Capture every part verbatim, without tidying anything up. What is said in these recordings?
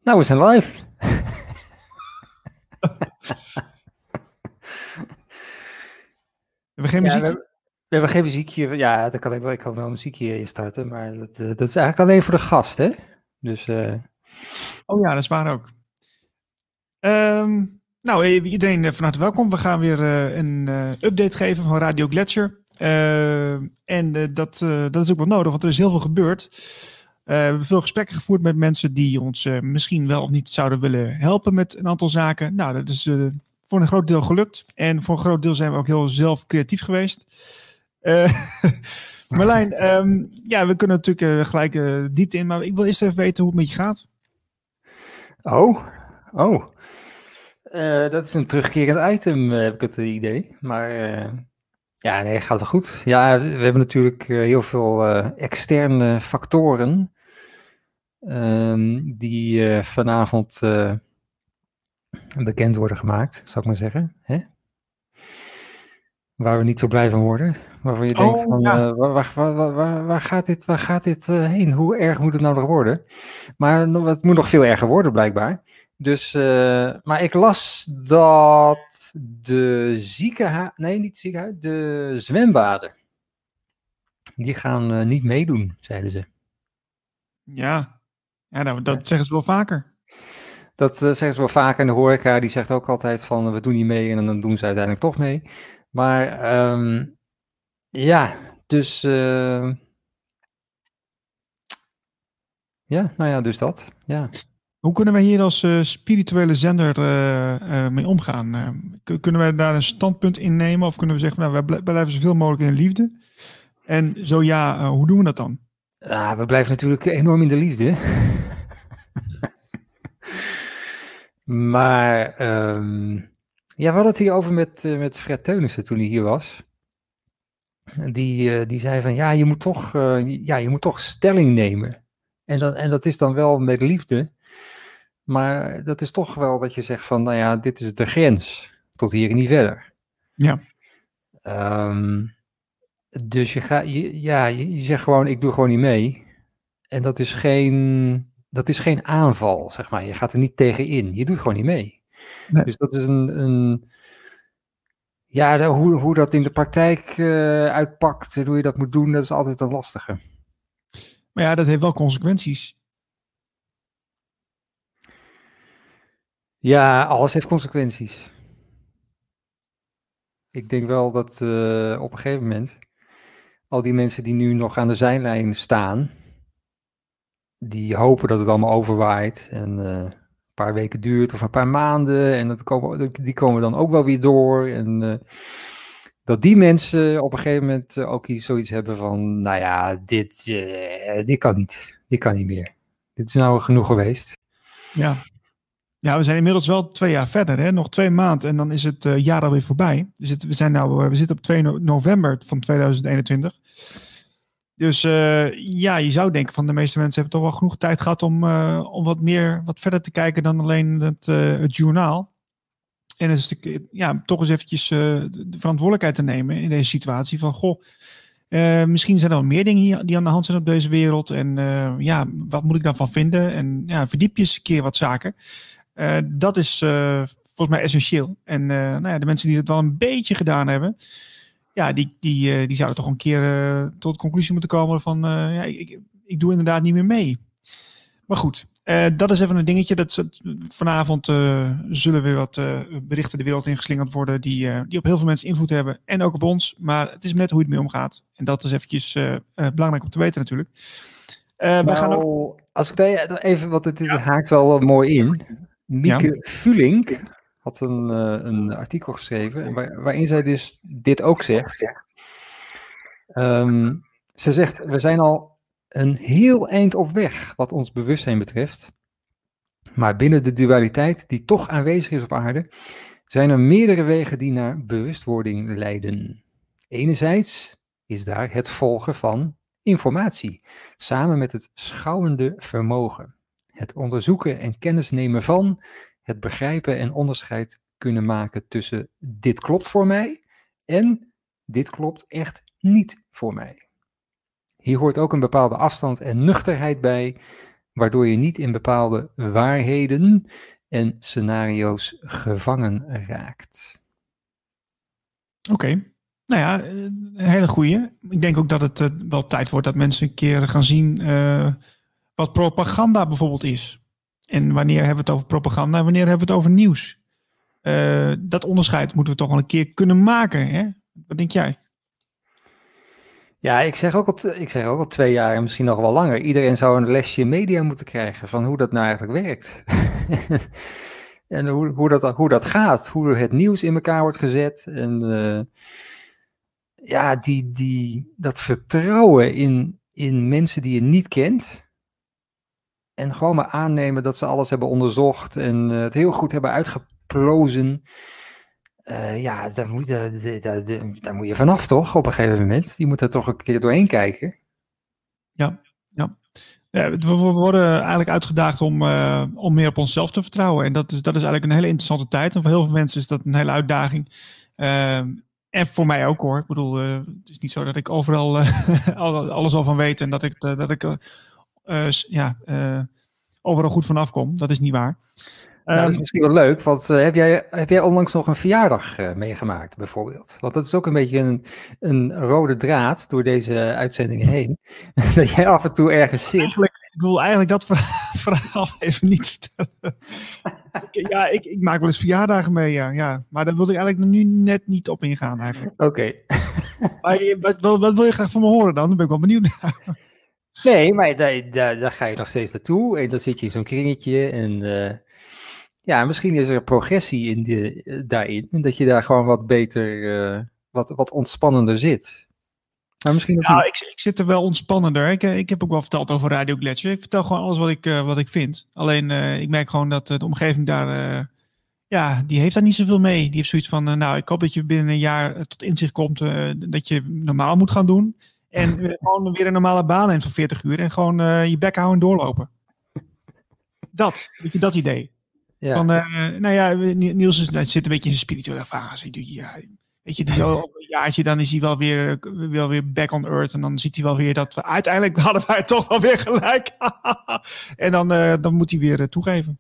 Nou, we zijn live. Hebben we geen Ja, muziek? we, hebben, we hebben geen muziekje. Ja, dat kan ik, wel, ik kan wel een muziekje instarten, maar dat, uh, dat is eigenlijk alleen voor de gast, hè? Dus, uh... Oh ja, dat is waar ook. Um, nou, iedereen van harte welkom. We gaan weer uh, een uh, update geven van Radio Gletscher. Uh, en uh, dat, uh, dat is ook wel nodig, want er is heel veel gebeurd. Uh, we hebben veel gesprekken gevoerd met mensen die ons uh, misschien wel of niet zouden willen helpen met een aantal zaken. Nou, dat is uh, voor een groot deel gelukt. En voor een groot deel zijn we ook heel zelf creatief geweest. Uh, Marlijn, um, ja, we kunnen natuurlijk uh, gelijk uh, diepte in, maar ik wil eerst even weten hoe het met je gaat. Oh, oh. Uh, dat is een terugkerend item, uh, heb ik het idee. Maar uh, ja, nee, gaat wel goed. Ja, we hebben natuurlijk uh, heel veel uh, externe factoren uh, die uh, vanavond uh, bekend worden gemaakt, zou ik maar zeggen. Hè? Waar we niet zo blij van worden. Waarvan je oh, denkt van, ja. uh, waar, waar, waar, waar, waar gaat dit, waar gaat dit uh, heen? Hoe erg moet het nou nog worden? Maar het moet nog veel erger worden, blijkbaar. Dus, uh, maar ik las dat de ziekenhuis, nee, niet ziekenhuis, de zwembaden, die gaan uh, niet meedoen, zeiden ze. Ja, ja nou, dat ja. zeggen ze wel vaker. Dat uh, zeggen ze wel vaker. En de horeca, die zegt ook altijd van, uh, we doen niet mee en dan doen ze uiteindelijk toch mee. Maar um, ja, dus uh, ja, nou ja, dus dat. Ja. Hoe kunnen wij hier als uh, spirituele zender uh, uh, mee omgaan? Uh, kunnen wij daar een standpunt in nemen? Of kunnen we zeggen, nou, wij, bl- wij blijven zoveel mogelijk in de liefde? En zo ja, uh, hoe doen we dat dan? Ja, we blijven natuurlijk enorm in de liefde. Maar um, ja, we hadden het hier over met, uh, met Fred Teunissen toen hij hier was. Die, uh, die zei van, ja, je moet toch, uh, ja, je moet toch stelling nemen. En dat, en dat is dan wel met liefde. Maar dat is toch wel dat je zegt van, nou ja, dit is de grens. Tot hier en niet verder. Ja. Um, dus je, ga, je, ja, je, je zegt gewoon, ik doe gewoon niet mee. En dat is geen, dat is geen aanval, zeg maar. Je gaat er niet tegen in. Je doet gewoon niet mee. Nee. Dus dat is een... een ja, de, hoe, hoe dat in de praktijk uh, uitpakt, hoe je dat moet doen, dat is altijd een lastige. Maar ja, dat heeft wel consequenties. Ja, alles heeft consequenties. Ik denk wel dat uh, op een gegeven moment al die mensen die nu nog aan de zijlijn staan, die hopen dat het allemaal overwaait en uh, een paar weken duurt of een paar maanden en dat komen, die komen dan ook wel weer door en uh, dat die mensen op een gegeven moment uh, ook zoiets hebben van, nou ja, dit, uh, dit kan niet, dit kan niet meer. Dit is nou genoeg geweest. Ja. Ja, we zijn inmiddels wel twee jaar verder, hè? Nog twee maanden en dan is het uh, jaar alweer voorbij. We zitten, we zijn nou, uh, we zitten op twee november van tweeduizend eenentwintig. Dus uh, ja, je zou denken van de meeste mensen hebben toch wel genoeg tijd gehad om, uh, om wat meer, wat verder te kijken dan alleen het, uh, het journaal. En dus ja, toch eens eventjes uh, de verantwoordelijkheid te nemen in deze situatie van, goh, uh, misschien zijn er wel meer dingen hier, die aan de hand zijn op deze wereld. En uh, ja, wat moet ik daarvan vinden? En ja, verdiep je eens een keer wat zaken. Uh, dat is uh, volgens mij essentieel. En uh, nou ja, de mensen die het wel een beetje gedaan hebben, ja, die, die, uh, die zouden toch een keer uh, tot de conclusie moeten komen van, uh, ja, ik, ik doe inderdaad niet meer mee. Maar goed, uh, dat is even een dingetje. Dat, vanavond uh, zullen weer wat uh, berichten de wereld ingeslingerd worden die, uh, die op heel veel mensen invloed hebben en ook op ons. Maar het is net hoe je ermee omgaat. En dat is eventjes uh, uh, belangrijk om te weten natuurlijk. Uh, nou, wij gaan ook... Als ik daar even, want het is, ja. haakt wel mooi in. Mieke ja. Vulink had een, uh, een artikel geschreven waar, waarin zij dus dit ook zegt. Um, ze zegt, we zijn al een heel eind op weg wat ons bewustzijn betreft. Maar binnen de dualiteit die toch aanwezig is op aarde, zijn er meerdere wegen die naar bewustwording leiden. Enerzijds is daar het volgen van informatie, samen met het schouwende vermogen. Het onderzoeken en kennis nemen van, het begrijpen en onderscheid kunnen maken tussen dit klopt voor mij en dit klopt echt niet voor mij. Hier hoort ook een bepaalde afstand en nuchterheid bij, waardoor je niet in bepaalde waarheden en scenario's gevangen raakt. Oké. Okay. Nou ja, een hele goeie. Ik denk ook dat het uh, wel tijd wordt dat mensen een keer gaan zien uh, wat propaganda bijvoorbeeld is. En wanneer hebben we het over propaganda en wanneer hebben we het over nieuws? Uh, dat onderscheid moeten we toch wel een keer kunnen maken. Hè? Wat denk jij? Ja, ik zeg, ook al, ik zeg ook al twee jaar en misschien nog wel langer. Iedereen zou een lesje media moeten krijgen van hoe dat nou eigenlijk werkt. En hoe, hoe, dat, hoe dat gaat. Hoe het nieuws in elkaar wordt gezet. En uh, ja, die, die, dat vertrouwen in, in mensen die je niet kent. En gewoon maar aannemen dat ze alles hebben onderzocht en uh, het heel goed hebben uitgeplozen. Uh, ja, daar moet, uh, daar, daar, daar moet je vanaf toch, op een gegeven moment. Je moet er toch een keer doorheen kijken. Ja, ja. ja we, we worden eigenlijk uitgedaagd om, uh, om meer op onszelf te vertrouwen. En dat is, dat is eigenlijk een hele interessante tijd. En voor heel veel mensen is dat een hele uitdaging. Uh, en voor mij ook hoor. Ik bedoel, uh, het is niet zo dat ik overal uh, alles al van weet. En dat ik, uh, dat ik uh, uh, ja, uh, overal goed vanaf kom. Dat is niet waar. Nou, dat is misschien wel leuk, want uh, heb, jij, heb jij onlangs nog een verjaardag uh, meegemaakt, bijvoorbeeld? Want dat is ook een beetje een, een rode draad door deze uitzendingen heen. Dat jij af en toe ergens zit. Eigenlijk, ik wil eigenlijk dat verhaal even niet vertellen. ik, ja, ik, ik maak wel eens verjaardagen mee, ja. ja. Maar daar wilde ik eigenlijk nu net niet op ingaan, eigenlijk. Oké. Okay. Maar wat, wat, wat wil je graag van me horen dan? Dan ben ik wel benieuwd naar. Nee, maar daar, daar, daar ga je nog steeds naartoe. En dan zit je in zo'n kringetje en... Uh, Ja, misschien is er progressie in de, daarin. En dat je daar gewoon wat beter, uh, wat, wat ontspannender zit. Maar misschien ja, ik, ik zit er wel ontspannender. Ik, ik heb ook wel verteld over Radio Gletscher. Ik vertel gewoon alles wat ik, uh, wat ik vind. Alleen, uh, ik merk gewoon dat uh, de omgeving daar... Uh, ja, die heeft daar niet zoveel mee. Die heeft zoiets van... Uh, nou, ik hoop dat je binnen een jaar uh, tot inzicht komt... Uh, dat je normaal moet gaan doen. En uh, gewoon weer een normale baan neemt van veertig uur. En gewoon uh, je bek houden en doorlopen. Dat, weet je, dat idee. Ja. Van, uh, nou ja, Niels is, nou, zit een beetje in zijn spirituele fase. Ja, weet je, die zo over een jaartje, dan is hij wel weer, wel weer back on earth. En dan ziet hij wel weer dat we uiteindelijk hadden wij toch wel weer gelijk. En dan, uh, dan moet hij weer uh, toegeven.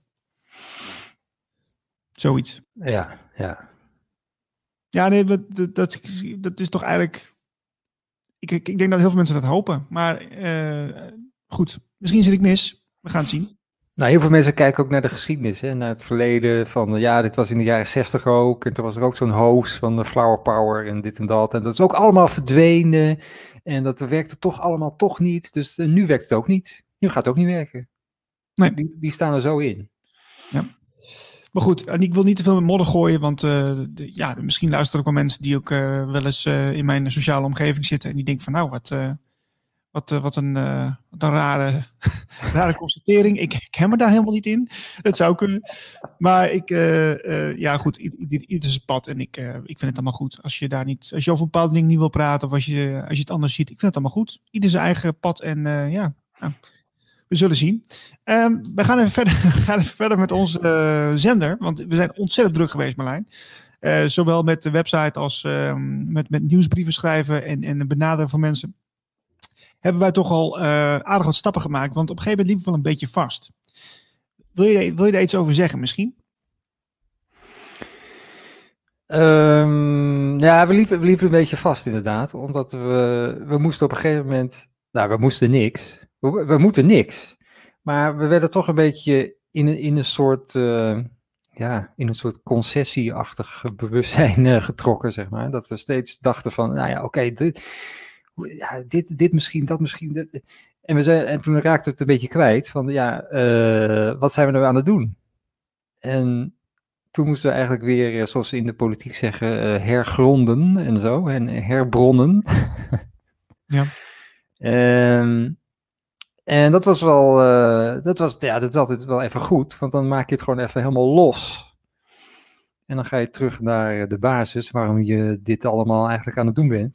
Zoiets. Ja, ja. Ja, nee, dat, dat, dat is toch eigenlijk... Ik, ik, ik denk dat heel veel mensen dat hopen. Maar uh, goed, misschien zit ik mis. We gaan het zien. Nou, heel veel mensen kijken ook naar de geschiedenis, hè, naar het verleden. Van ja, dit was in de jaren zestig ook. En toen was er ook zo'n host van de Flower Power en dit en dat. En dat is ook allemaal verdwenen. En dat werkte toch allemaal toch niet. Dus uh, nu werkt het ook niet. Nu gaat het ook niet werken. Nee. Die, die staan er zo in. Ja. Maar goed, en ik wil niet te veel met modder gooien, want uh, de, ja, misschien luisteren ook wel mensen die ook uh, wel eens uh, in mijn sociale omgeving zitten. En die denken van nou, wat... Uh, Wat, uh, wat, een, uh, wat een rare, rare constatering. Ik, ik ken me daar helemaal niet in. Dat zou kunnen. Maar ik, uh, uh, ja goed, ieder is het pad. En ik, uh, ik vind het allemaal goed. Als je daar niet, als je over bepaalde dingen niet wil praten. Of als je, als je het anders ziet. Ik vind het allemaal goed. Ieder zijn eigen pad. En uh, ja, nou, we zullen zien. Um, we gaan even verder, gaan even verder met onze uh, zender. Want we zijn ontzettend druk geweest, Marlijn. Uh, zowel met de website als uh, met, met nieuwsbrieven schrijven. En, en benaderen van mensen. Hebben wij toch al uh, aardig wat stappen gemaakt. Want op een gegeven moment liepen we wel een beetje vast. Wil je, wil je daar iets over zeggen misschien? Um, ja, we liepen, we liepen een beetje vast inderdaad. Omdat we, we moesten op een gegeven moment... Nou, we moesten niks. We, we moeten niks. Maar we werden toch een beetje in een, in een soort... Uh, ja, in een soort concessieachtig bewustzijn uh, getrokken, zeg maar. Dat we steeds dachten van, nou ja, oké, okay, dit... Ja, dit, dit misschien, dat misschien. Dit. En, we zijn, en toen raakte het een beetje kwijt van, ja, uh, wat zijn we nou aan het doen? En toen moesten we eigenlijk weer, zoals ze in de politiek zeggen, uh, hergronden en zo, en herbronnen. Ja. um, en dat was wel, uh, dat was, ja, dat is altijd wel even goed, want dan maak je het gewoon even helemaal los. En dan ga je terug naar de basis, waarom je dit allemaal eigenlijk aan het doen bent.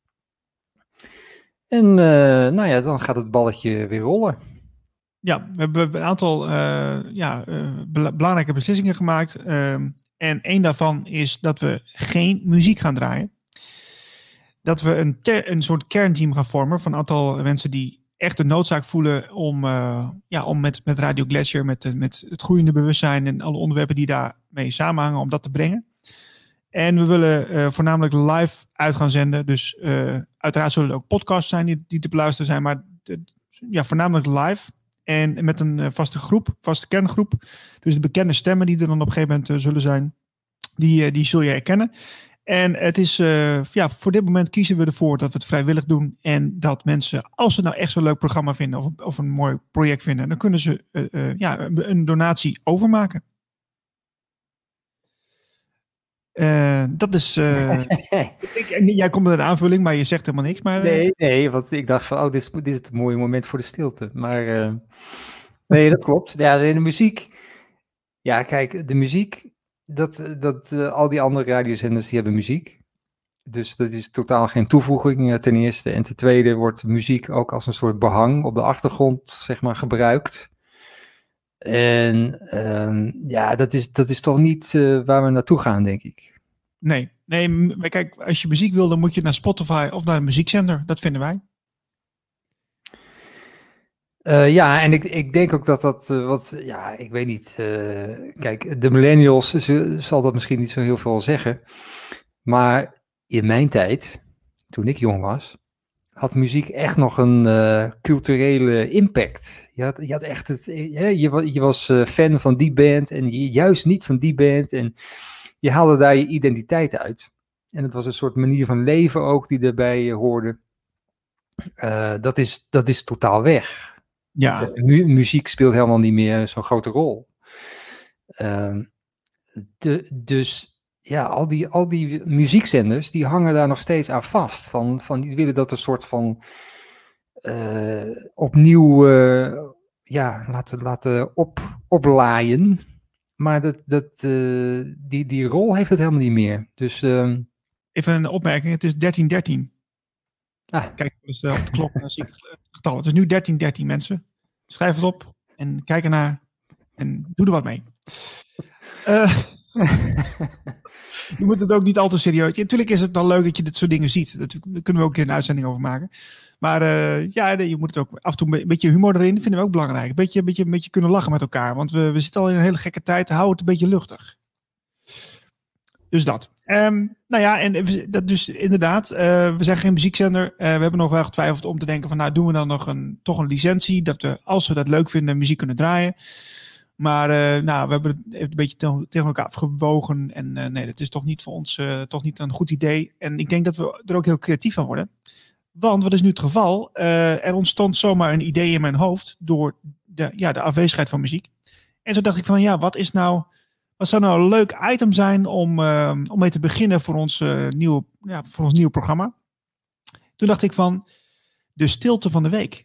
En uh, nou ja, dan gaat het balletje weer rollen. Ja, we hebben een aantal uh, ja, uh, be- belangrijke beslissingen gemaakt. Uh, en één daarvan is dat we geen muziek gaan draaien. Dat we een, ter- een soort kernteam gaan vormen van een aantal mensen die echt de noodzaak voelen om, uh, ja, om met, met Radio Glacier, met, met het groeiende bewustzijn en alle onderwerpen die daarmee samenhangen, om dat te brengen. En we willen uh, voornamelijk live uit gaan zenden. Dus uh, uiteraard zullen er ook podcasts zijn die, die te beluisteren zijn, maar de, ja, voornamelijk live. En met een uh, vaste groep, vaste kerngroep. Dus de bekende stemmen die er dan op een gegeven moment uh, zullen zijn, die, uh, die zul je herkennen. En het is, uh, ja, voor dit moment kiezen we ervoor dat we het vrijwillig doen. En dat mensen, als ze nou echt zo'n leuk programma vinden of, of een mooi project vinden, dan kunnen ze uh, uh, ja, een donatie overmaken. Uh, dat is. Uh, ik, jij komt met een aanvulling, maar je zegt helemaal niks. Maar, uh, nee, nee, want ik dacht van, oh, dit is, dit is het mooie moment voor de stilte. Maar uh, nee, dat klopt. Ja, de, de muziek. Ja, kijk, de muziek. Dat, dat uh, al die andere radiozenders die hebben muziek. Dus dat is totaal geen toevoeging uh, ten eerste. En ten tweede wordt muziek ook als een soort behang op de achtergrond, zeg maar, gebruikt. En uh, ja, dat is, dat is toch niet uh, waar we naartoe gaan, denk ik. Nee, nee, maar kijk, als je muziek wil, dan moet je naar Spotify of naar een muziekzender. Dat vinden wij. Uh, ja, en ik, ik denk ook dat dat, uh, wat, ja, ik weet niet. Uh, kijk, de millennials ze, zal dat misschien niet zo heel veel zeggen. Maar in mijn tijd, toen ik jong was, had muziek echt nog een uh, culturele impact. Je had, je had echt het, je, je, je was uh, fan van die band en je, juist niet van die band. En je haalde daar je identiteit uit. En het was een soort manier van leven ook die daarbij uh, hoorde. Uh, dat is, dat is totaal weg. Ja. Mu- muziek speelt helemaal niet meer zo'n grote rol. Uh, de, dus ja, al die, al die muziekzenders, die hangen daar nog steeds aan vast. Van, van, die willen dat een soort van uh, opnieuw uh, ja, laten, laten op, oplaaien. Maar dat, dat, uh, die, die rol heeft het helemaal niet meer. Dus, uh, even een opmerking, het is dertien dertien. Ah. Kijk dus uh, op de klok, dan zie ik het getal. Het is nu dertien dertien mensen. Schrijf het op en kijk ernaar en doe er wat mee. Uh, je moet het ook niet al te serieus. Ja, natuurlijk is het dan leuk dat je dit soort dingen ziet. Dat, daar kunnen we ook een uitzending over maken. Maar uh, ja, je moet het ook af en toe een beetje humor erin. Dat vinden we ook belangrijk. Een beetje, een beetje, een beetje kunnen lachen met elkaar. Want we, we zitten al in een hele gekke tijd. Hou het een beetje luchtig. Dus dat. Um, nou ja, en dat dus inderdaad, uh, we zijn geen muziekzender. Uh, we hebben nog wel getwijfeld om te denken van, nou doen we dan nog een, toch een licentie, dat we, als we dat leuk vinden, muziek kunnen draaien. Maar uh, nou, we hebben het een beetje tegen elkaar afgewogen en uh, nee, dat is toch niet voor ons uh, toch niet een goed idee. En ik denk dat we er ook heel creatief van worden. Want wat is nu het geval? Uh, er ontstond zomaar een idee in mijn hoofd door de, ja, de afwezigheid van muziek. En toen dacht ik van, ja, wat is nou... Wat zou nou een leuk item zijn om, uh, om mee te beginnen voor ons, uh, nieuwe, ja, voor ons nieuwe programma? Toen dacht ik van, de stilte van de week.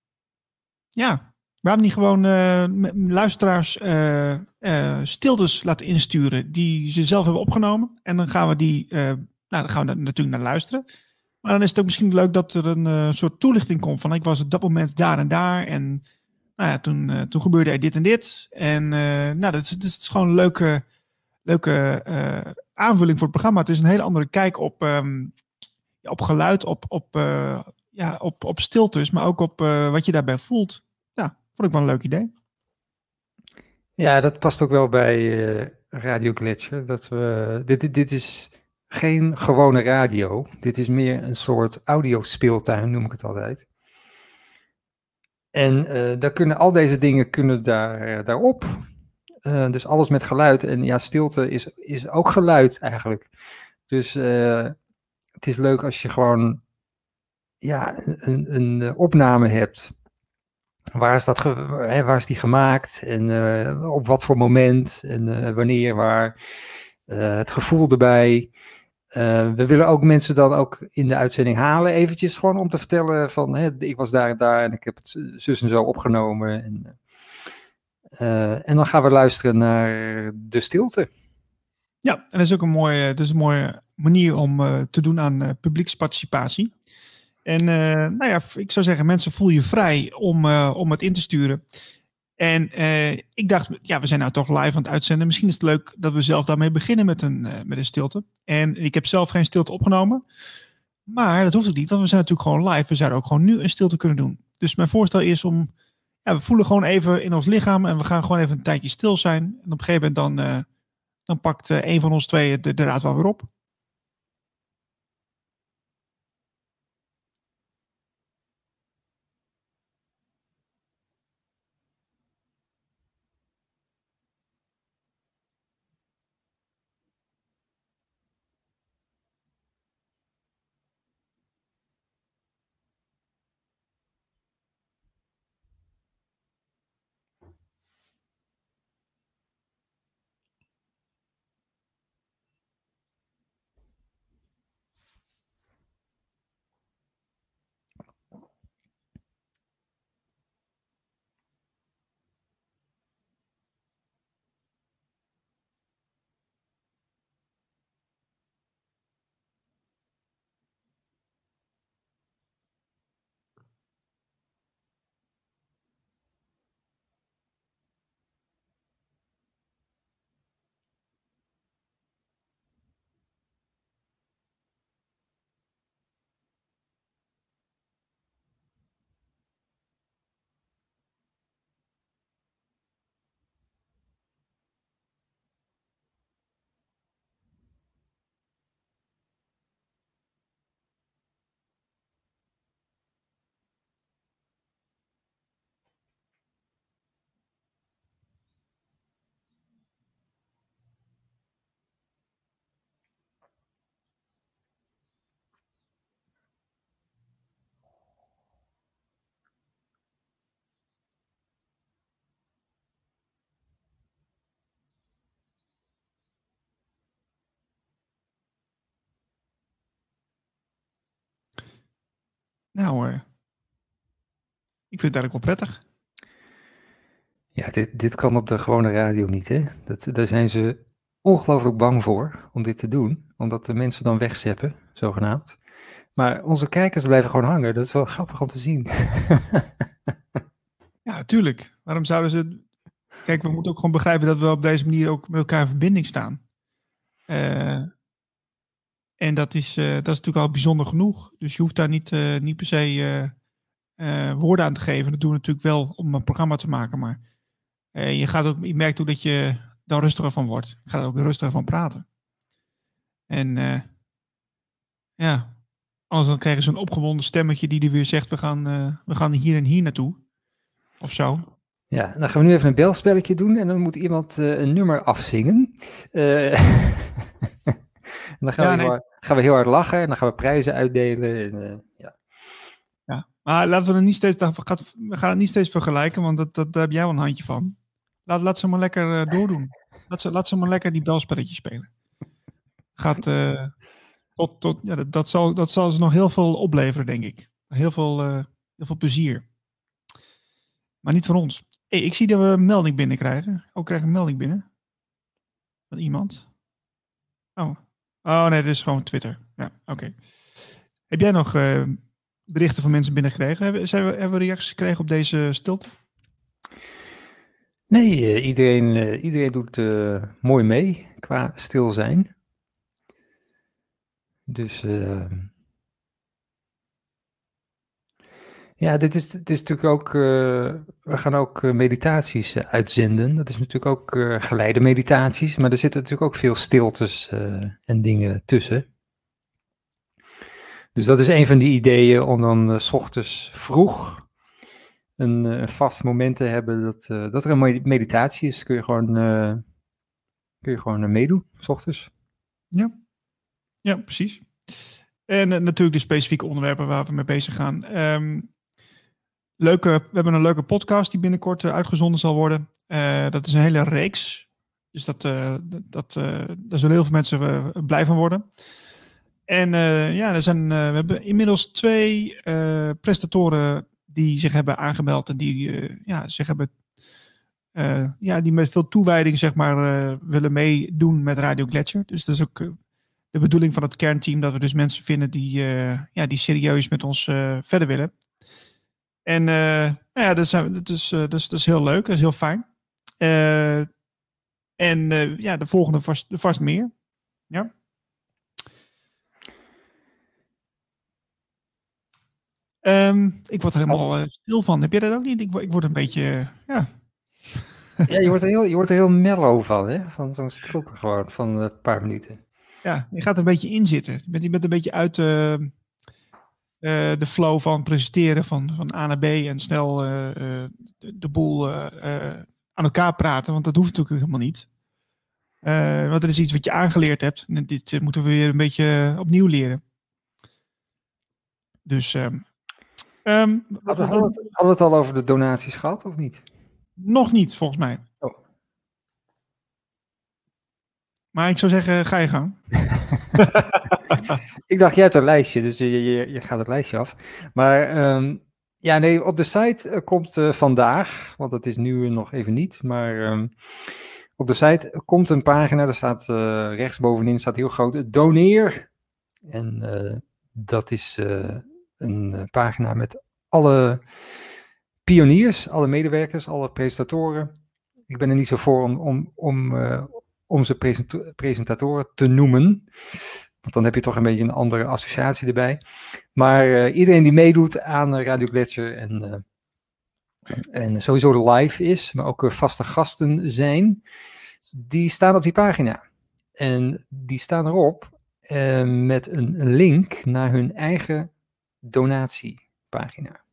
Ja, waarom niet gewoon uh, luisteraars uh, uh, stiltes laten insturen die ze zelf hebben opgenomen. En dan gaan we die, uh, nou dan gaan we daar natuurlijk naar luisteren. Maar dan is het ook misschien leuk dat er een uh, soort toelichting komt van, ik was op dat moment daar en daar en... Nou ja, toen, uh, toen gebeurde er dit en dit. En uh, nou, dat is, dat is gewoon een leuke, leuke uh, aanvulling voor het programma. Het is een hele andere kijk op, um, op geluid, op, op, uh, ja, op, op stiltes, maar ook op uh, wat je daarbij voelt. Ja, vond ik wel een leuk idee. Ja, dat past ook wel bij uh, Radio Glacier. Dat we, dit, dit is geen gewone radio. Dit is meer een soort audiospeeltuin, noem ik het altijd. En uh, daar kunnen al deze dingen kunnen daar, daarop. Uh, dus alles met geluid. En ja, stilte is, is ook geluid eigenlijk. Dus uh, het is leuk als je gewoon ja, een, een opname hebt. Waar is, dat ge, hè, waar is die gemaakt? En uh, op wat voor moment? En uh, wanneer, waar? Uh, het gevoel erbij. Uh, we willen ook mensen dan ook in de uitzending halen, eventjes gewoon om te vertellen van, hè, ik was daar en daar en ik heb het zus en zo opgenomen. En, uh, en dan gaan we luisteren naar de stilte. Ja, en dat is ook een mooie, dat is een mooie manier om uh, te doen aan uh, publieksparticipatie. En uh, nou ja, ik zou zeggen, mensen voel je vrij om, uh, om het in te sturen. En uh, ik dacht, ja, we zijn nou toch live aan het uitzenden. Misschien is het leuk dat we zelf daarmee beginnen met een, uh, met een stilte. En ik heb zelf geen stilte opgenomen. Maar dat hoeft ook niet, want we zijn natuurlijk gewoon live. We zouden ook gewoon nu een stilte kunnen doen. Dus mijn voorstel is om, ja, we voelen gewoon even in ons lichaam en we gaan gewoon even een tijdje stil zijn. En op een gegeven moment dan, uh, dan pakt uh, een van ons twee de, de draad wel weer op. Nou, uh, ik vind het eigenlijk wel prettig. Ja, dit, dit kan op de gewone radio niet, hè? Dat, daar zijn ze ongelooflijk bang voor om dit te doen, omdat de mensen dan wegzeppen, zogenaamd. Maar onze kijkers blijven gewoon hangen. Dat is wel grappig om te zien. Ja, tuurlijk. Waarom zouden ze... Kijk, we moeten ook gewoon begrijpen dat we op deze manier ook met elkaar in verbinding staan. Uh, en dat is, uh, dat is natuurlijk al bijzonder genoeg. Dus je hoeft daar niet, uh, niet per se uh, uh, woorden aan te geven. Dat doen we natuurlijk wel om een programma te maken. Maar uh, je, gaat ook, je merkt ook dat je daar rustiger van wordt. Je gaat er ook rustiger van praten. En uh, ja, anders dan krijgen ze een opgewonden stemmetje die er weer zegt, we gaan, uh, we gaan hier en hier naartoe. Of zo. Ja, dan gaan we nu even een belspelletje doen en dan moet iemand uh, een nummer afzingen. Uh, en dan gaan, ja, we nee. hard, gaan we heel hard lachen en dan gaan we prijzen uitdelen. En, uh, ja. Ja, maar laten we het niet steeds, we gaan het niet steeds vergelijken, want dat, dat, daar heb jij wel een handje van. Laat, laat ze maar lekker uh, doordoen. Laat ze, laat ze maar lekker die belspelletjes spelen. Gaat, uh, tot, tot, ja, dat, dat, zal, dat zal ze nog heel veel opleveren, denk ik. Heel veel, uh, heel veel plezier. Maar niet van ons. Hey, ik zie dat we een melding binnenkrijgen. Oh, ik krijg een melding binnen. Van iemand. Oh. Oh nee, dit is gewoon Twitter. Ja, oké. Okay. Heb jij nog uh, berichten van mensen binnengekregen? Hebben, zijn we, hebben we reacties gekregen op deze stilte? Nee, uh, iedereen, uh, iedereen doet uh, mooi mee qua stil zijn. Dus... Uh... Ja, dit is, dit is natuurlijk ook, uh, we gaan ook uh, meditaties uh, uitzenden. Dat is natuurlijk ook uh, geleide meditaties, maar er zitten natuurlijk ook veel stiltes uh, en dingen tussen. Dus dat is een van die ideeën om dan uh, 's ochtends vroeg een, uh, een vast moment te hebben dat, uh, dat er een meditatie is. Kun je gewoon, uh, kun je gewoon uh, meedoen, 's ochtends. Ja, ja precies. En uh, natuurlijk de specifieke onderwerpen waar we mee bezig gaan. Um, Leuke, we hebben een leuke podcast die binnenkort uh, uitgezonden zal worden. Uh, dat is een hele reeks. Dus dat, uh, dat, uh, daar zullen heel veel mensen uh, blij van worden. En uh, ja, er zijn, uh, we hebben inmiddels twee uh, presentatoren die zich hebben aangemeld. En die uh, ja, zich hebben, uh, ja, die met veel toewijding zeg maar, uh, willen meedoen met Radio Gletscher. Dus dat is ook uh, de bedoeling van het kernteam. Dat we dus mensen vinden die, uh, ja, die serieus met ons uh, verder willen. En uh, nou ja, dat is, dat, is, uh, dat, is, dat is heel leuk, dat is heel fijn. Uh, en uh, ja, de volgende vast, vast meer. Ja. Um, ik word er helemaal uh, stil van. Heb jij dat ook niet? Ik, ik word een beetje, uh, ja... Ja, je wordt er heel, je wordt er heel mellow van, hè? Van zo'n stilte gewoon, van een paar minuten. Ja, je gaat er een beetje in zitten. Je bent, je bent een beetje uit uh, uh, de flow van presenteren van, van A naar B en snel uh, uh, de, de boel uh, uh, aan elkaar praten, want dat hoeft natuurlijk helemaal niet. Uh, want dat is iets wat je aangeleerd hebt. En dit uh, moeten we weer een beetje uh, opnieuw leren. Dus... Um, um, hadden, hadden, we het, hadden we het al over de donaties gehad, of niet? Nog niet, volgens mij. Oh. Maar ik zou zeggen, ga je gang. Ik dacht, jij hebt een lijstje, dus je, je, je gaat het lijstje af. Maar um, ja, nee, op de site uh, komt uh, vandaag, want dat is nu nog even niet, maar um, op de site komt een pagina, daar staat uh, rechtsbovenin staat heel groot, doneer. En uh, dat is uh, een uh, pagina met alle pioniers, alle medewerkers, alle presentatoren. Ik ben er niet zo voor om, om, om, uh, om ze present- presentatoren te noemen. Want dan heb je toch een beetje een andere associatie erbij. Maar uh, iedereen die meedoet aan uh, Radio Gletscher en, uh, en sowieso live is, maar ook uh, vaste gasten zijn, die staan op die pagina. En die staan erop uh, met een link naar hun eigen donatiepagina.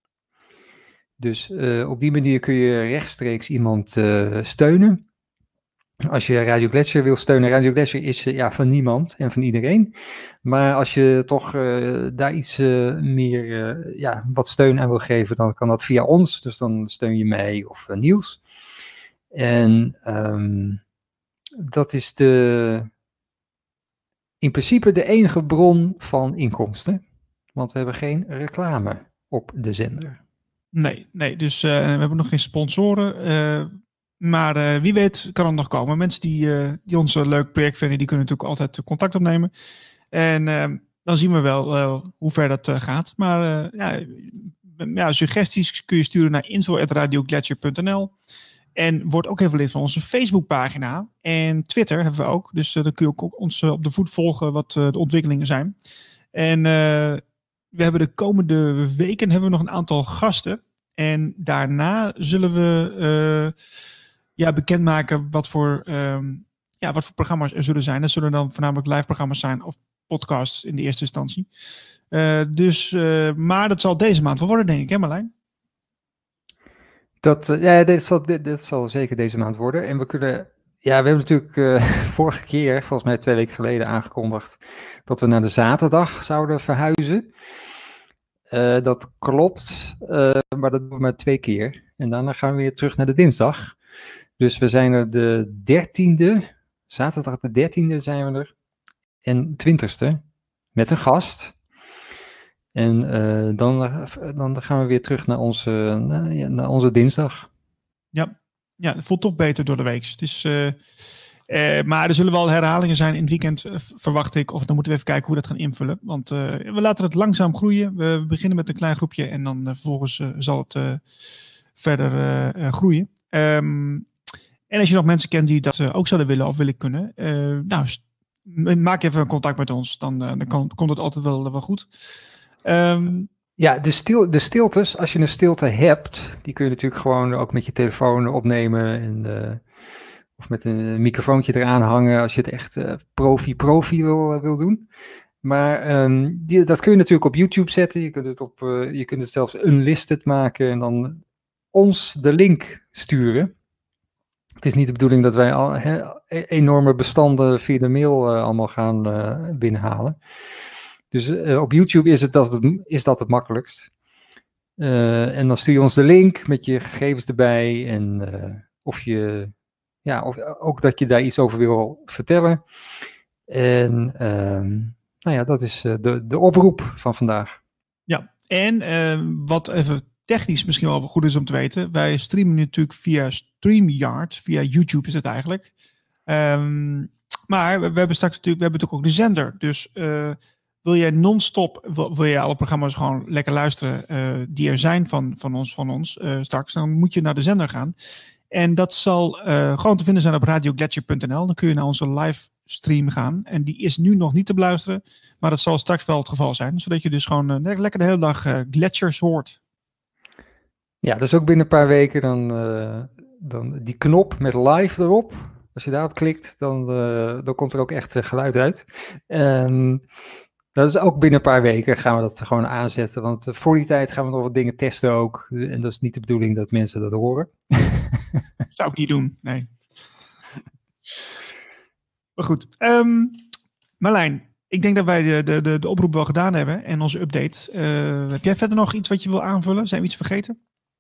Dus uh, op die manier kun je rechtstreeks iemand uh, steunen. Als je Radio Gletscher wil steunen, Radio Gletscher is uh, ja, van niemand en van iedereen. Maar als je toch uh, daar iets uh, meer, uh, ja, wat steun aan wil geven, dan kan dat via ons. Dus dan steun je mij of uh, Niels. En um, dat is de, in principe de enige bron van inkomsten. Want we hebben geen reclame op de zender. Nee, nee, dus uh, we hebben nog geen sponsoren. Uh, maar uh, wie weet kan het nog komen. Mensen die, uh, die ons een leuk project vinden, die kunnen natuurlijk altijd contact opnemen. En uh, dan zien we wel uh, hoe ver dat uh, gaat. Maar uh, ja, ja, suggesties kun je sturen naar info at radio gletscher punt n l. En word ook even lid van onze Facebookpagina. En Twitter hebben we ook. Dus uh, dan kun je ook ons uh, op de voet volgen wat uh, de ontwikkelingen zijn. En... Uh, We hebben de komende weken hebben we nog een aantal gasten. En daarna zullen we uh, ja, bekendmaken wat voor, um, ja, wat voor programma's er zullen zijn. Dat zullen dan voornamelijk live programma's zijn of podcasts in de eerste instantie. Uh, dus, uh, maar dat zal deze maand wel worden, denk ik, hè Marlijn? Dat, uh, ja, dit zal, dit, dit zal zeker deze maand worden. En we kunnen... Ja, we hebben natuurlijk uh, vorige keer, volgens mij twee weken geleden, aangekondigd dat we naar de zaterdag zouden verhuizen. Uh, dat klopt, uh, maar dat doen we maar twee keer. En daarna gaan we weer terug naar de dinsdag. Dus we zijn er de dertiende, zaterdag de dertiende zijn we er. En twintigste, met een gast. En uh, dan, dan gaan we weer terug naar onze, naar, naar onze dinsdag. Ja. Ja, het voelt toch beter door de week. Het is, uh, uh, maar er zullen wel herhalingen zijn in het weekend, uh, verwacht ik. Of dan moeten we even kijken hoe we dat gaan invullen. Want uh, we laten het langzaam groeien. We beginnen met een klein groepje en dan uh, vervolgens uh, zal het uh, verder uh, uh, groeien. Um, en als je nog mensen kent die dat uh, ook zouden willen of willen kunnen, uh, nou, maak even contact met ons. Dan, uh, dan kan, komt het altijd wel, wel goed. Um, Ja, de, stil, de stiltes, als je een stilte hebt, die kun je natuurlijk gewoon ook met je telefoon opnemen en, uh, of met een microfoontje eraan hangen als je het echt uh, profi-profi wil, wil doen. Maar um, die, dat kun je natuurlijk op YouTube zetten, je kunt het, op, uh, je kunt het zelfs unlisted maken en dan ons de link sturen. Het is niet de bedoeling dat wij al, he, enorme bestanden via de mail uh, allemaal gaan uh, binnenhalen. Dus uh, op YouTube is, het, dat het, is dat het makkelijkst. Uh, en dan stuur je ons de link met je gegevens erbij. En uh, of je, ja, of, ook dat je daar iets over wil vertellen. En uh, nou ja, dat is uh, de, de oproep van vandaag. Ja, en uh, wat even technisch misschien wel goed is om te weten. Wij streamen natuurlijk via StreamYard. Via YouTube is het eigenlijk. Um, maar we, we hebben straks natuurlijk, we hebben natuurlijk ook de zender. Dus... Uh, Wil jij non-stop, wil, wil je alle programma's gewoon lekker luisteren uh, die er zijn van, van ons, van ons uh, straks, dan moet je naar de zender gaan. En dat zal uh, gewoon te vinden zijn op radio gletscher punt n l. Dan kun je naar onze live stream gaan. En die is nu nog niet te beluisteren. Maar dat zal straks wel het geval zijn. Zodat je dus gewoon uh, lekker de hele dag uh, Gletsjers hoort. Ja, dus ook binnen een paar weken dan, uh, dan die knop met live erop. Als je daarop klikt, dan, uh, dan komt er ook echt uh, geluid uit. Um, dat is ook binnen een paar weken gaan we dat gewoon aanzetten. Want uh, voor die tijd gaan we nog wat dingen testen ook. En dat is niet de bedoeling dat mensen dat horen. Zou ik niet doen, nee. Maar goed. Um, Marlijn, ik denk dat wij de, de, de, de oproep wel gedaan hebben. En onze update. Uh, heb jij verder nog iets wat je wil aanvullen? Zijn we iets vergeten?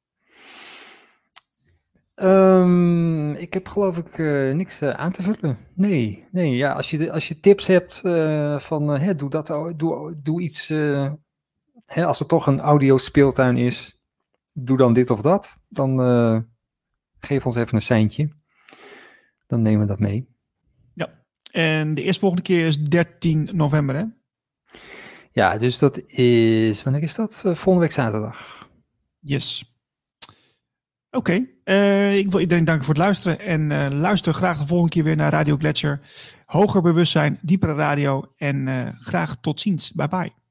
Um, ik heb geloof ik uh, niks uh, aan te vullen. Nee, nee ja, als, je, als je tips hebt uh, van uh, hè, doe dat, doe, doe iets, uh, hè, als er toch een audio speeltuin is, doe dan dit of dat. Dan uh, geef ons even een seintje. Dan nemen we dat mee. Ja, en de eerstvolgende keer is dertien november, hè? Ja, dus dat is, wanneer is dat? Uh, volgende week zaterdag. Yes. Oké, okay. uh, ik wil iedereen danken voor het luisteren en uh, luister graag de volgende keer weer naar Radio Gletsjer. Hoger bewustzijn, diepere radio en uh, graag tot ziens. Bye bye.